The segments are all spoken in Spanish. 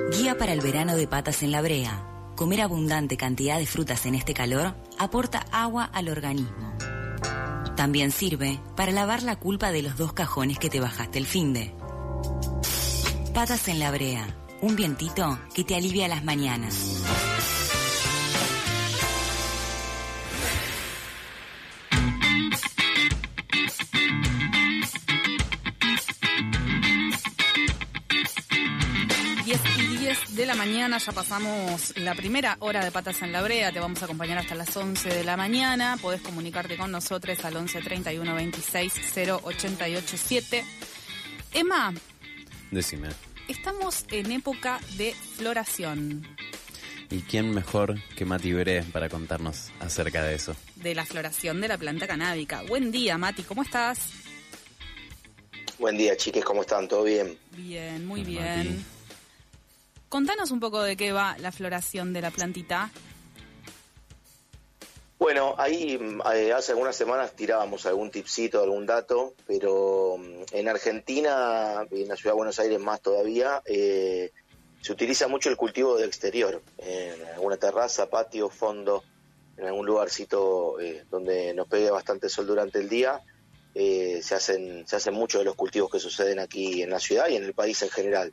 Guía para el verano de Patas en la Brea. Comer abundante cantidad de frutas en este calor aporta agua al organismo. También sirve para lavar la culpa de los 2 cajones que te bajaste el finde. Patas en la Brea. Un vientito que te alivia las mañanas. De la mañana, ya pasamos la primera hora de Patas en la Brea, te vamos a acompañar hasta las 11 de la mañana, podés comunicarte con nosotros al 11 31 26 0887. Emma, decime, estamos en época de floración. ¿Y quién mejor que Mati Bré para contarnos acerca de eso? De la floración de la planta canábica. Buen día, Mati, ¿cómo estás? Buen día, chiques, ¿cómo están? ¿Todo bien? Bien, muy Mati. bien. Contanos un poco de qué va la floración de la plantita. Bueno, ahí hace algunas semanas tirábamos algún tipcito, algún dato, pero en Argentina, y en la ciudad de Buenos Aires más todavía, se utiliza mucho el cultivo de exterior, en alguna terraza, patio, fondo, en algún lugarcito donde nos pegue bastante sol durante el día. Se hacen muchos de los cultivos que suceden aquí en la ciudad y en el país en general.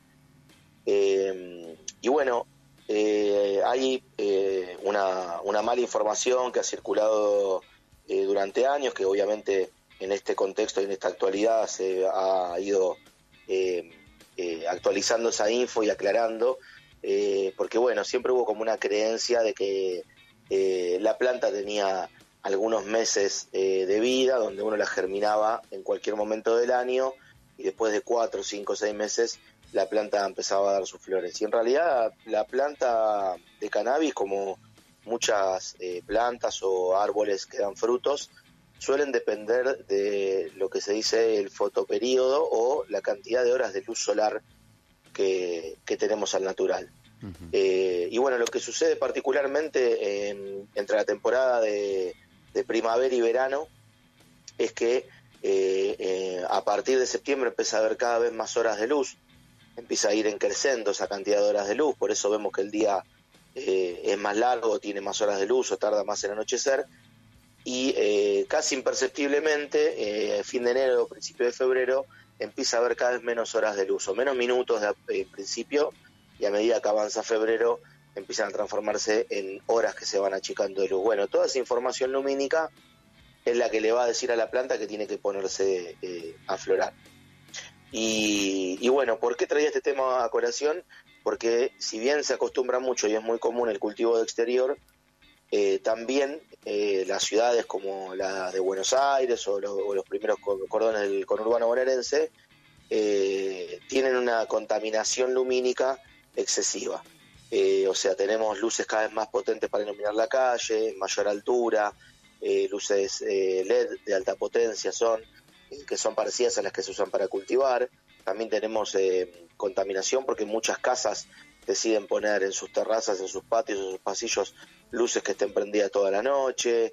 Y bueno, hay una mala información que ha circulado durante años, que obviamente en este contexto y en esta actualidad se ha ido actualizando esa info y aclarando, porque bueno, siempre hubo como una creencia de que la planta tenía algunos meses de vida, donde uno la germinaba en cualquier momento del año, y después de 4, 5, 6 meses la planta empezaba a dar sus flores. Y en realidad la planta de cannabis, como muchas plantas o árboles que dan frutos, suelen depender de lo que se dice el fotoperíodo o la cantidad de horas de luz solar que tenemos al natural. Uh-huh. Y bueno, lo que sucede particularmente entre la temporada de primavera y verano es que a partir de septiembre empieza a haber cada vez más horas de luz, empieza a ir creciendo esa cantidad de horas de luz, por eso vemos que el día es más largo, tiene más horas de luz o tarda más en anochecer, y casi imperceptiblemente, fin de enero o principio de febrero, empieza a haber cada vez menos horas de luz, o menos minutos en principio, y a medida que avanza febrero empiezan a transformarse en horas que se van achicando de luz. Bueno, toda esa información lumínica es la que le va a decir a la planta que tiene que ponerse a florar. Y bueno, ¿por qué traía este tema a colación? Porque si bien se acostumbra mucho y es muy común el cultivo de exterior, también las ciudades como la de Buenos Aires o los primeros cordones del conurbano bonaerense tienen una contaminación lumínica excesiva. O sea, tenemos luces cada vez más potentes para iluminar la calle, mayor altura, luces LED de alta potencia que son parecidas a las que se usan para cultivar. También tenemos contaminación porque muchas casas deciden poner en sus terrazas, en sus patios, en sus pasillos, luces que estén prendidas toda la noche,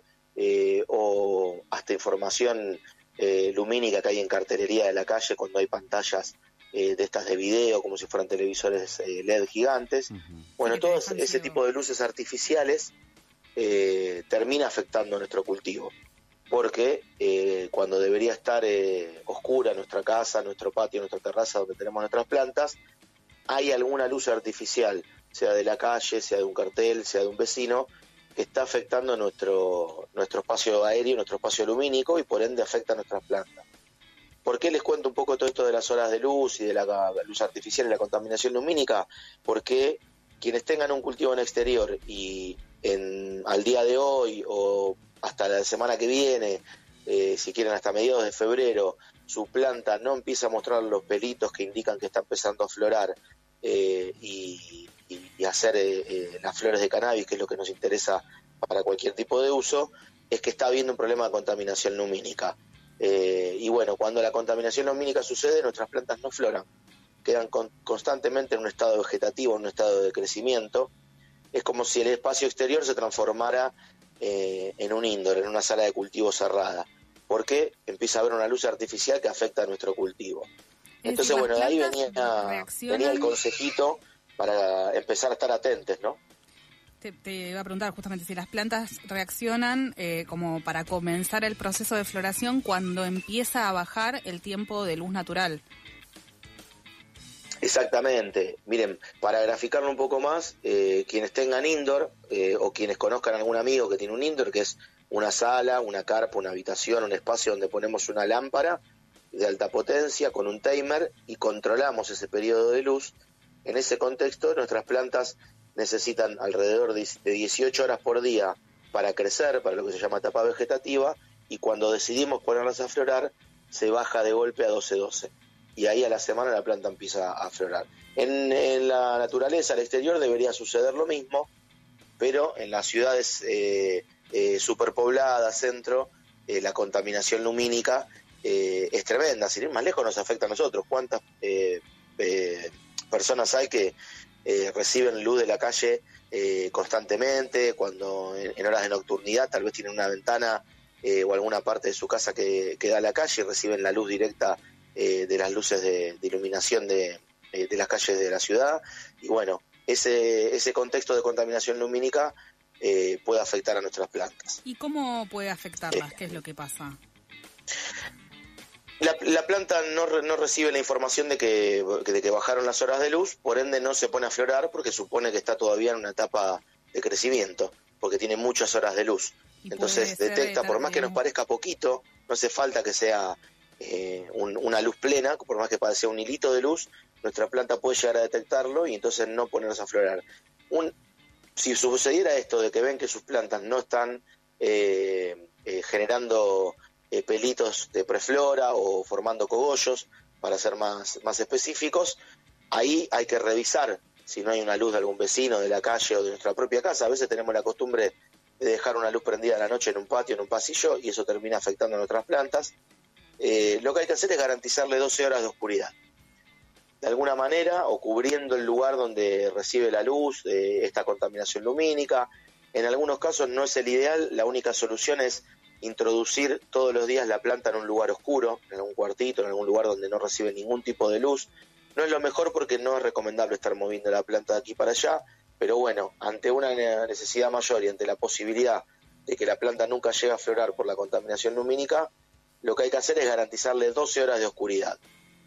o hasta información lumínica que hay en cartelería de la calle cuando hay pantallas de estas de video, como si fueran televisores LED gigantes. Uh-huh. Bueno, todo ese tipo de luces artificiales termina afectando nuestro cultivo, porque cuando debería estar oscura nuestra casa, nuestro patio, nuestra terraza donde tenemos nuestras plantas, hay alguna luz artificial, sea de la calle, sea de un cartel, sea de un vecino, que está afectando nuestro espacio aéreo, nuestro espacio lumínico, y por ende afecta a nuestras plantas. ¿Por qué les cuento un poco todo esto de las horas de luz y de la luz artificial y la contaminación lumínica? Porque quienes tengan un cultivo en exterior y al día de hoy o hasta la semana que viene, si quieren hasta mediados de febrero, su planta no empieza a mostrar los pelitos que indican que está empezando a florar y hacer las flores de cannabis, que es lo que nos interesa para cualquier tipo de uso, es que está habiendo un problema de contaminación lumínica. Y bueno, cuando la contaminación lumínica sucede, nuestras plantas no floran, quedan constantemente en un estado vegetativo, en un estado de crecimiento. Es como si el espacio exterior se transformara en un indoor, en una sala de cultivo cerrada, porque empieza a haber una luz artificial que afecta a nuestro cultivo. Entonces, bueno, de ahí venía el consejito para empezar a estar atentos, ¿no? Te iba a preguntar justamente si las plantas reaccionan como para comenzar el proceso de floración cuando empieza a bajar el tiempo de luz natural. Exactamente. Miren, para graficarlo un poco más, quienes tengan indoor o quienes conozcan a algún amigo que tiene un indoor, que es una sala, una carpa, una habitación, un espacio donde ponemos una lámpara de alta potencia con un timer y controlamos ese periodo de luz. En ese contexto, nuestras plantas necesitan alrededor de 18 horas por día para crecer, para lo que se llama etapa vegetativa, y cuando decidimos ponerlas a florar, se baja de golpe a 12-12. Y ahí a la semana la planta empieza a florar. En la naturaleza, al exterior, debería suceder lo mismo, pero en las ciudades superpobladas, centro, la contaminación lumínica es tremenda. Sin ir más lejos, nos afecta a nosotros. ¿Cuántas personas hay que reciben luz de la calle constantemente, cuando en horas de nocturnidad tal vez tienen una ventana o alguna parte de su casa que da a la calle y reciben la luz directa de las luces de iluminación de las calles de la ciudad? Y bueno, ese contexto de contaminación lumínica puede afectar a nuestras plantas. ¿Y cómo puede afectarlas? ¿Qué es lo que pasa? La planta no recibe la información de que bajaron las horas de luz, por ende no se pone a florar porque supone que está todavía en una etapa de crecimiento, porque tiene muchas horas de luz. Entonces detecta, por más que nos parezca poquito, no hace falta que sea una luz plena, por más que parezca un hilito de luz, nuestra planta puede llegar a detectarlo y entonces no ponernos a florar. Si sucediera esto de que ven que sus plantas no están generando pelitos de preflora o formando cogollos, para ser más específicos, ahí hay que revisar si no hay una luz de algún vecino, de la calle o de nuestra propia casa. A veces tenemos la costumbre de dejar una luz prendida a la noche en un patio, en un pasillo, y eso termina afectando a nuestras plantas. Lo que hay que hacer es garantizarle 12 horas de oscuridad. De alguna manera, o cubriendo el lugar donde recibe la luz, esta contaminación lumínica. En algunos casos no es el ideal, la única solución es introducir todos los días la planta en un lugar oscuro, en algún cuartito, en algún lugar donde no recibe ningún tipo de luz. No es lo mejor porque no es recomendable estar moviendo la planta de aquí para allá, pero bueno, ante una necesidad mayor y ante la posibilidad de que la planta nunca llegue a florar por la contaminación lumínica, lo que hay que hacer es garantizarle 12 horas de oscuridad.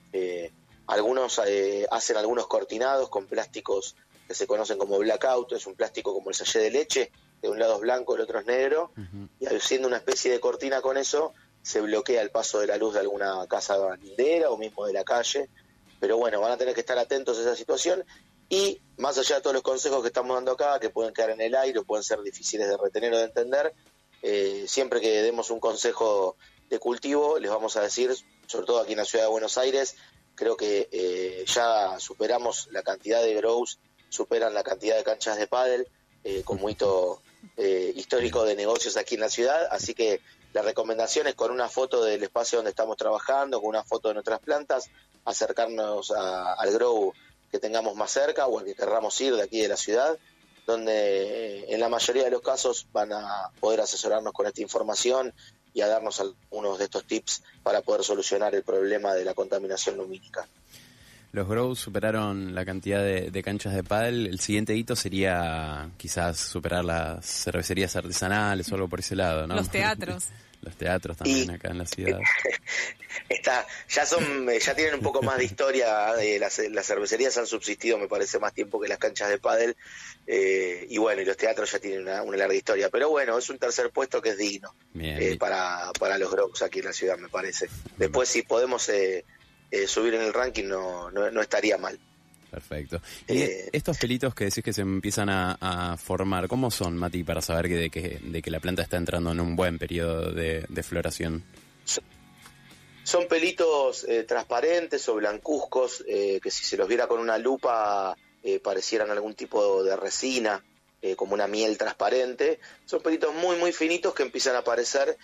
Algunos hacen algunos cortinados con plásticos que se conocen como blackout, es un plástico como el sachet de leche, de un lado es blanco, el otro es negro, y haciendo una especie de cortina con eso, se bloquea el paso de la luz de alguna casa lindera o mismo de la calle. Pero bueno, van a tener que estar atentos a esa situación, y más allá de todos los consejos que estamos dando acá, que pueden quedar en el aire o pueden ser difíciles de retener o de entender, siempre que demos un consejo de cultivo, les vamos a decir, sobre todo aquí en la ciudad de Buenos Aires, creo que ya superamos la cantidad de grows, superan la cantidad de canchas de pádel, como hito histórico de negocios aquí en la ciudad, así que la recomendación es con una foto del espacio donde estamos trabajando, con una foto de nuestras plantas, acercarnos al grow que tengamos más cerca o al que querramos ir de aquí de la ciudad, donde en la mayoría de los casos van a poder asesorarnos con esta información y a darnos algunos de estos tips para poder solucionar el problema de la contaminación lumínica. Los grows superaron la cantidad de canchas de pádel. El siguiente hito sería quizás superar las cervecerías artesanales o algo por ese lado, ¿no? Los teatros. Los teatros también acá en la ciudad. Ya tienen un poco más de historia. Las cervecerías han subsistido, me parece, más tiempo que las canchas de pádel. Y bueno, y los teatros ya tienen una larga historia. Pero bueno, es un tercer puesto que es digno para los grows aquí en la ciudad, me parece. Después, si podemos subir en el ranking, no estaría mal. Perfecto. Y estos pelitos que decís que se empiezan a formar, ¿cómo son, Mati, para saber de que la planta está entrando en un buen periodo de floración? Son pelitos transparentes o blancuzcos, que si se los viera con una lupa parecieran algún tipo de resina, como una miel transparente. Son pelitos muy, muy finitos que empiezan a aparecer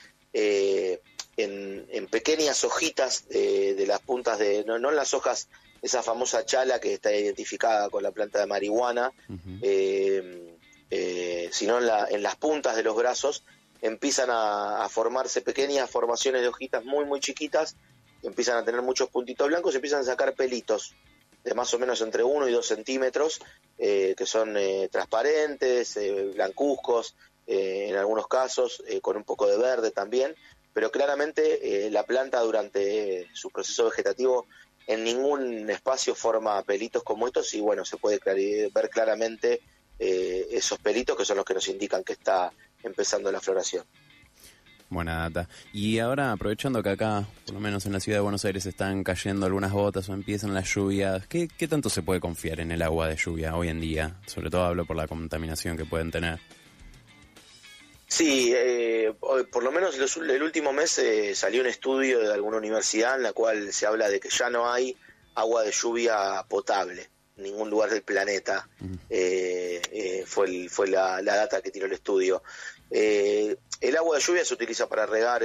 en pequeñas hojitas de las puntas no en las hojas, esa famosa chala que está identificada con la planta de marihuana, sino en las puntas de los brazos empiezan a formarse pequeñas formaciones de hojitas muy, muy chiquitas, empiezan a tener muchos puntitos blancos y empiezan a sacar pelitos. de más o menos entre 1 y 2 centímetros, que son transparentes, blancuzcos, en algunos casos, con un poco de verde también, pero claramente la planta durante su proceso vegetativo en ningún espacio forma pelitos como estos, y bueno, se puede ver claramente esos pelitos que son los que nos indican que está empezando la floración. Buena data. Y ahora, aprovechando que acá, por lo menos en la ciudad de Buenos Aires, están cayendo algunas gotas o empiezan las lluvias, ¿qué tanto se puede confiar en el agua de lluvia hoy en día? Sobre todo hablo por la contaminación que pueden tener. Sí, por lo menos el último mes salió un estudio de alguna universidad en la cual se habla de que ya no hay agua de lluvia potable en ningún lugar del planeta. Fue la data que tiró el estudio. El agua de lluvia se utiliza para regar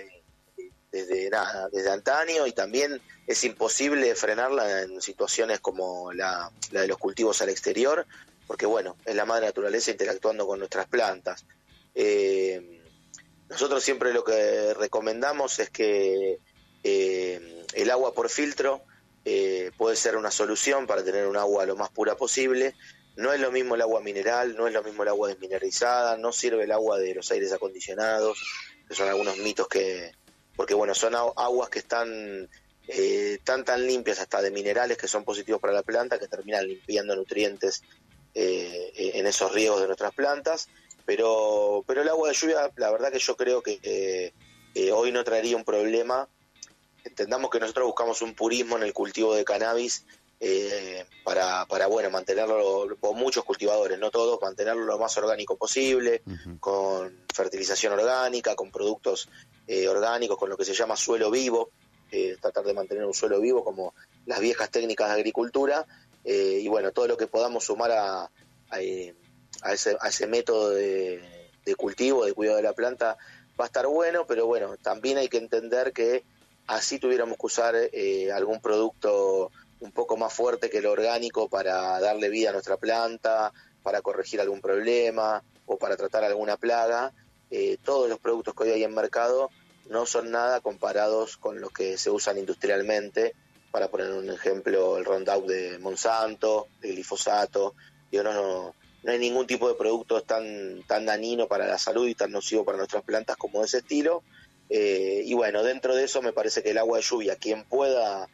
desde antaño, y también es imposible frenarla en situaciones como la de los cultivos al exterior, porque bueno, es la madre naturaleza interactuando con nuestras plantas. Nosotros siempre lo que recomendamos es que el agua por filtro puede ser una solución para tener un agua lo más pura posible. No es lo mismo el agua mineral, no es lo mismo el agua desmineralizada, no sirve el agua de los aires acondicionados, que son algunos mitos porque bueno, son aguas que están tan limpias, hasta de minerales que son positivos para la planta, que terminan limpiando nutrientes en esos riegos de nuestras plantas. Pero el agua de lluvia, la verdad que yo creo que hoy no traería un problema. Entendamos que nosotros buscamos un purismo en el cultivo de cannabis para bueno, mantenerlo, por muchos cultivadores, no todos, mantenerlo lo más orgánico posible, con fertilización orgánica, con productos orgánicos, con lo que se llama suelo vivo, tratar de mantener un suelo vivo como las viejas técnicas de agricultura, y bueno, todo lo que podamos sumar a ese método de cultivo, de cuidado de la planta, va a estar bueno, pero bueno, también hay que entender que así tuviéramos que usar algún producto un poco más fuerte que lo orgánico para darle vida a nuestra planta, para corregir algún problema o para tratar alguna plaga, todos los productos que hoy hay en mercado no son nada comparados con los que se usan industrialmente. Para poner un ejemplo, el Roundup de Monsanto, el glifosato, no hay ningún tipo de producto tan dañino para la salud y tan nocivo para nuestras plantas como de ese estilo. Y bueno, dentro de eso me parece que el agua de lluvia, quien pueda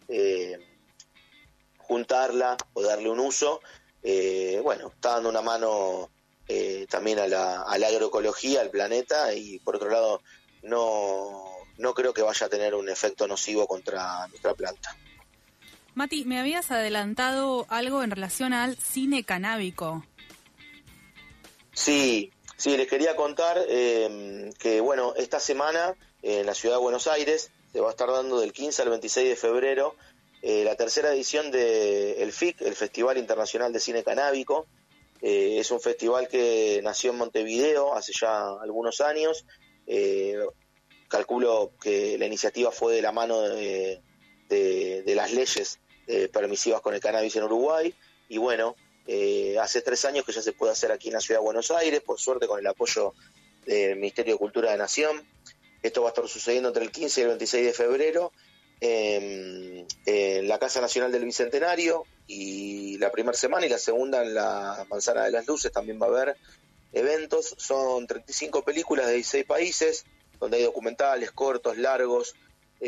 juntarla o darle un uso, bueno, está dando una mano también a la agroecología, al planeta, y por otro lado no creo que vaya a tener un efecto nocivo contra nuestra planta. Mati, me habías adelantado algo en relación al cine canábico. Sí, les quería contar que bueno, esta semana en la ciudad de Buenos Aires se va a estar dando del 15 al 26 de febrero la tercera edición del FIC, el Festival Internacional de Cine Canábico. Es un festival que nació en Montevideo hace ya algunos años. Calculo que la iniciativa fue de la mano de las leyes permisivas con el cannabis en Uruguay, y bueno, hace 3 años que ya se puede hacer aquí en la ciudad de Buenos Aires, por suerte con el apoyo del Ministerio de Cultura de Nación. Esto va a estar sucediendo entre el 15 y el 26 de febrero en la Casa Nacional del Bicentenario, y la primera semana y la segunda en la Manzana de las Luces también va a haber eventos. Son 35 películas de 16 países, donde hay documentales, cortos, largos,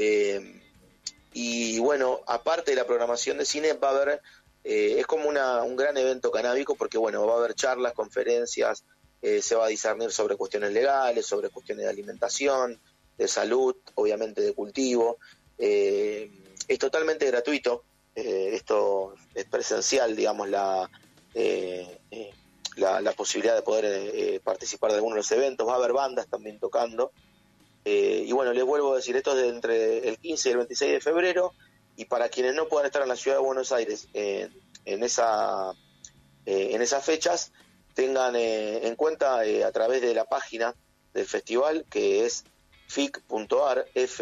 y bueno, aparte de la programación de cine va a haber, es como un gran evento canábico, porque bueno, va a haber charlas, conferencias, se va a discernir sobre cuestiones legales, sobre cuestiones de alimentación, de salud, obviamente de cultivo. Es totalmente gratuito, esto es presencial, digamos, la posibilidad de poder participar de algunos de los eventos. Va a haber bandas también tocando. Y bueno, les vuelvo a decir, esto es entre el 15 y el 26 de febrero, y para quienes no puedan estar en la ciudad de Buenos Aires en esas fechas, tengan en cuenta a través de la página del festival, que es fic.ar,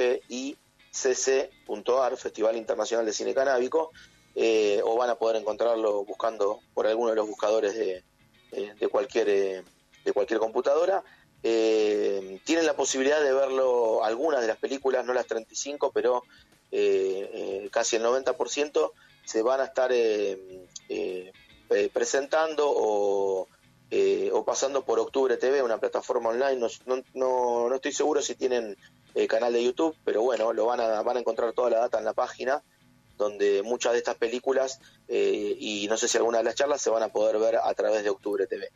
FICC.ar, Festival Internacional de Cine Canábico, o van a poder encontrarlo buscando por alguno de los buscadores de cualquier computadora. Tienen la posibilidad de verlo, algunas de las películas, no las 35, pero casi el 90%, se van a estar presentando o pasando por Octubre TV, una plataforma online. No estoy seguro si tienen canal de YouTube, pero bueno, van a encontrar toda la data en la página, donde muchas de estas películas y no sé si alguna de las charlas se van a poder ver a través de Octubre TV.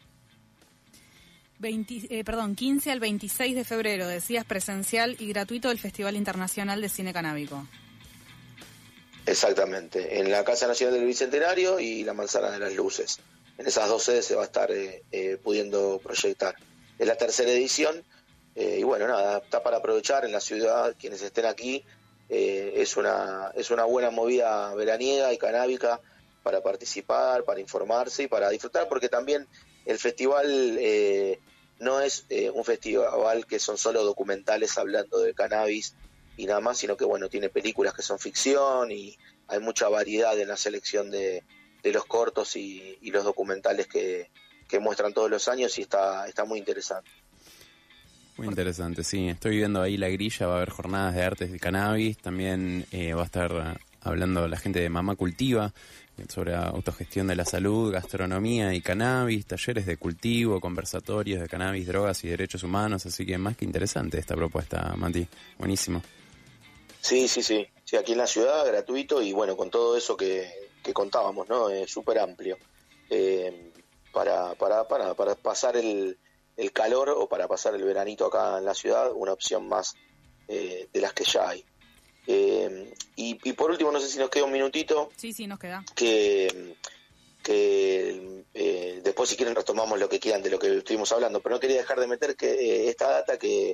15 al 26 de febrero, decías, presencial y gratuito, el Festival Internacional de Cine Canábico. Exactamente, en la Casa Nacional del Bicentenario y la Manzana de las Luces. En esas dos sedes se va a estar pudiendo proyectar. Es la tercera edición y bueno, nada, está para aprovechar en la ciudad, quienes estén aquí. Es una buena movida veraniega y canábica para participar, para informarse y para disfrutar, porque también el festival no es un festival que son solo documentales hablando de cannabis y nada más, sino que bueno, tiene películas que son ficción y hay mucha variedad en la selección de los cortos y los documentales que muestran todos los años, y está muy interesante. Muy interesante, sí. Estoy viendo ahí la grilla, va a haber jornadas de artes de cannabis, también va a estar hablando la gente de Mamá Cultiva sobre autogestión de la salud, gastronomía y cannabis, talleres de cultivo, conversatorios de cannabis, drogas y derechos humanos, así que más que interesante esta propuesta, Mati. Buenísimo. Sí, aquí en la ciudad, gratuito, y bueno, con todo eso que contábamos, ¿no? Súper amplio. Para pasar el calor o para pasar el veranito acá en la ciudad, una opción más de las que ya hay. Y por último, no sé si nos queda un minutito. Sí, nos queda. Que después, si quieren, retomamos lo que quieran de lo que estuvimos hablando, pero no quería dejar de meter que esta data que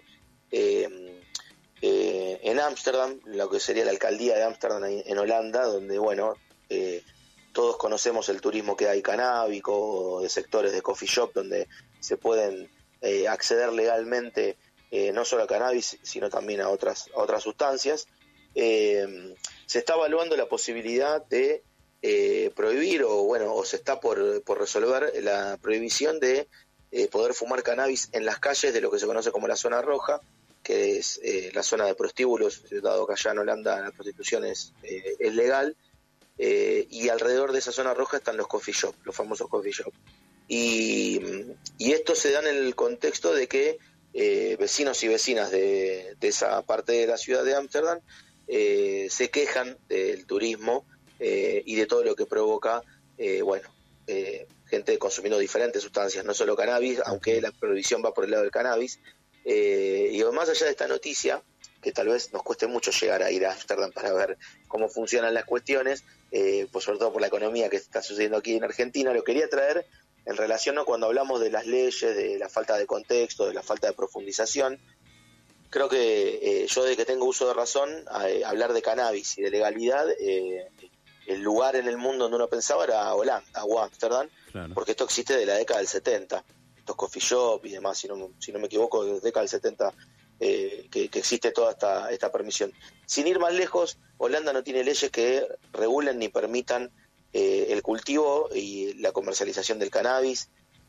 en Ámsterdam, lo que sería la alcaldía de Ámsterdam en Holanda, donde bueno, todos conocemos el turismo que hay canábico, de sectores de coffee shop donde se pueden acceder legalmente no solo a cannabis, sino también a otras sustancias. Se está evaluando la posibilidad de prohibir o se está por resolver la prohibición de poder fumar cannabis en las calles de lo que se conoce como la zona roja, que es la zona de prostíbulos, dado que allá en Holanda la prostitución es legal, y alrededor de esa zona roja están los coffee shop, los famosos coffee shop. Y esto se da en el contexto de que vecinos y vecinas de esa parte de la ciudad de Ámsterdam se quejan del turismo y de todo lo que provoca, gente consumiendo diferentes sustancias, no solo cannabis, aunque la prohibición va por el lado del cannabis. Y más allá de esta noticia, que tal vez nos cueste mucho llegar a ir a Ámsterdam para ver cómo funcionan las cuestiones, pues sobre todo por la economía que está sucediendo aquí en Argentina, lo quería traer en relación, ¿no?, cuando hablamos de las leyes, de la falta de contexto, de la falta de profundización. Creo que yo, desde que tengo uso de razón, hablar de cannabis y de legalidad, el lugar en el mundo donde uno pensaba era Holanda o Ámsterdam, claro, porque esto existe de la década del 70, estos coffee shop y demás, si no me equivoco, desde la década del 70 que existe toda esta permisión. Sin ir más lejos, Holanda no tiene leyes que regulen ni permitan el cultivo y la comercialización del cannabis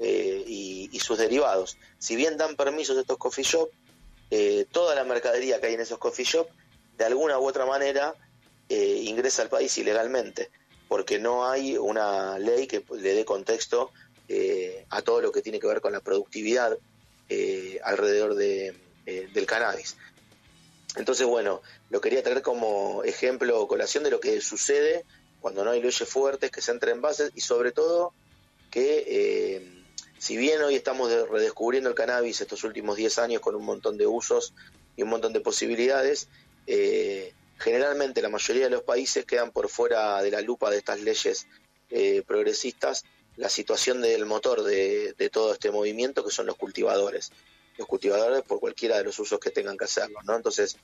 y sus derivados. Si bien dan permisos a estos coffee shop, toda la mercadería que hay en esos coffee shop, de alguna u otra manera, ingresa al país ilegalmente, porque no hay una ley que le dé contexto a todo lo que tiene que ver con la productividad alrededor del cannabis. Entonces, bueno, lo quería traer como ejemplo o colación de lo que sucede cuando no hay leyes fuertes que centren bases, y sobre todo que si bien hoy estamos redescubriendo el cannabis estos últimos 10 años con un montón de usos y un montón de posibilidades, generalmente la mayoría de los países quedan por fuera de la lupa de estas leyes progresistas la situación del motor de todo este movimiento, que son los cultivadores por cualquiera de los usos que tengan que hacerlo, ¿no? Entonces,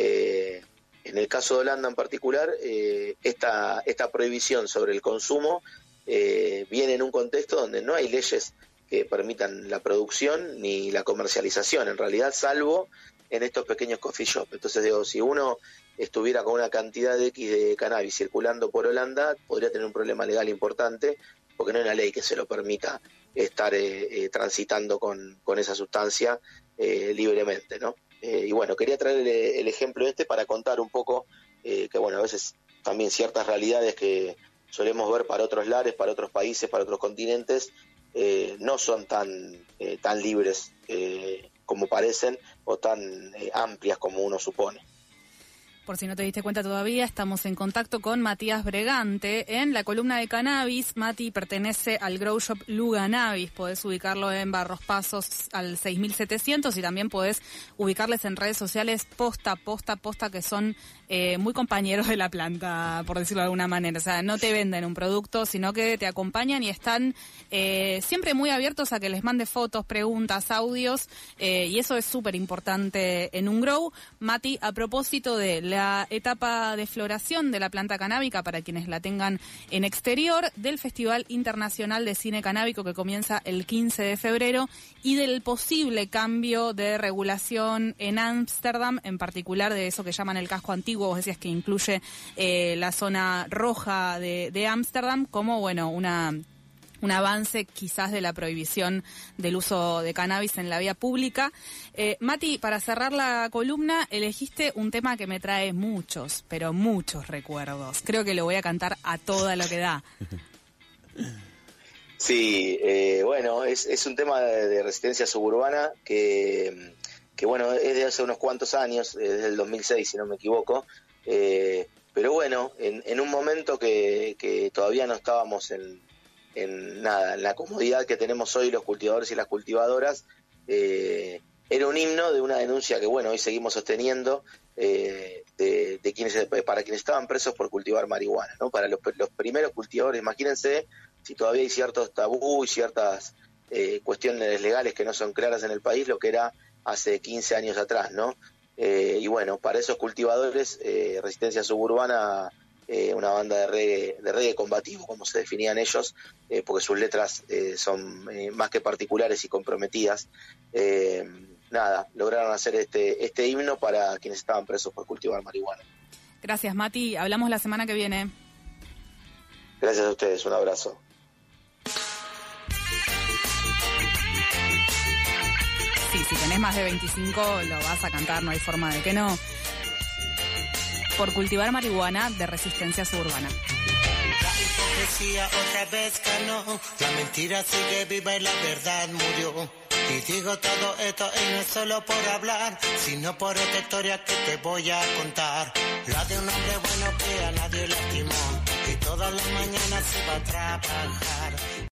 en el caso de Holanda en particular, esta prohibición sobre el consumo viene en un contexto donde no hay leyes que permitan la producción ni la comercialización, en realidad, salvo en estos pequeños coffee shop. Entonces, digo, si uno estuviera con una cantidad de X de cannabis circulando por Holanda, podría tener un problema legal importante, porque no hay una ley que se lo permita estar transitando con esa sustancia libremente, ¿no? Y bueno, quería traer el ejemplo para contar un poco que, bueno, a veces también ciertas realidades que solemos ver para otros lares, para otros países, para otros continentes, no son tan libres como parecen o tan amplias como uno supone. Por si no te diste cuenta todavía, estamos en contacto con Matías Bregante en la columna de Cannabis. Mati pertenece al Grow Shop Lugannabis. Podés ubicarlo en Barros Pasos al 6700 y también podés ubicarles en redes sociales posta, que son muy compañeros de la planta, por decirlo de alguna manera. O sea, no te venden un producto, sino que te acompañan y están siempre muy abiertos a que les mande fotos, preguntas, audios, y eso es súper importante en un grow. Mati, a propósito de la etapa de floración de la planta canábica, para quienes la tengan en exterior, del Festival Internacional de Cine Canábico que comienza el 15 de febrero y del posible cambio de regulación en Ámsterdam, en particular de eso que llaman el casco antiguo, vos decías que incluye la zona roja de Ámsterdam, como bueno, un avance quizás de la prohibición del uso de cannabis en la vía pública. Mati, para cerrar la columna, elegiste un tema que me trae muchos, pero muchos recuerdos. Creo que lo voy a cantar a toda lo que da. Sí, bueno, es un tema de resistencia suburbana que bueno, es de hace unos cuantos años, desde el 2006, si no me equivoco. Pero bueno, en un momento que todavía no estábamos en la comodidad que tenemos hoy los cultivadores y las cultivadoras, era un himno de una denuncia que bueno, hoy seguimos sosteniendo, para quienes estaban presos por cultivar marihuana, ¿no? Para los primeros cultivadores, imagínense si todavía hay ciertos tabú y ciertas cuestiones legales que no son claras en el país, lo que era hace 15 años atrás, ¿no? Y bueno, para esos cultivadores, Resistencia Suburbana, una banda de reggae combativo, como se definían ellos, porque sus letras son más que particulares y comprometidas. Lograron hacer este himno para quienes estaban presos por cultivar marihuana. Gracias, Mati. Hablamos la semana que viene. Gracias a ustedes. Un abrazo. Sí, si tenés más de 25 lo vas a cantar, no hay forma de que no. Por cultivar marihuana, de Resistencia Suburbana. La hipocresía otra vez ganó, la mentira sigue viva y la verdad murió. Y digo todo esto y no es solo por hablar, sino por esta historia que te voy a contar. La de un hombre bueno que a nadie lastimó y todas las mañanas se va a trabajar.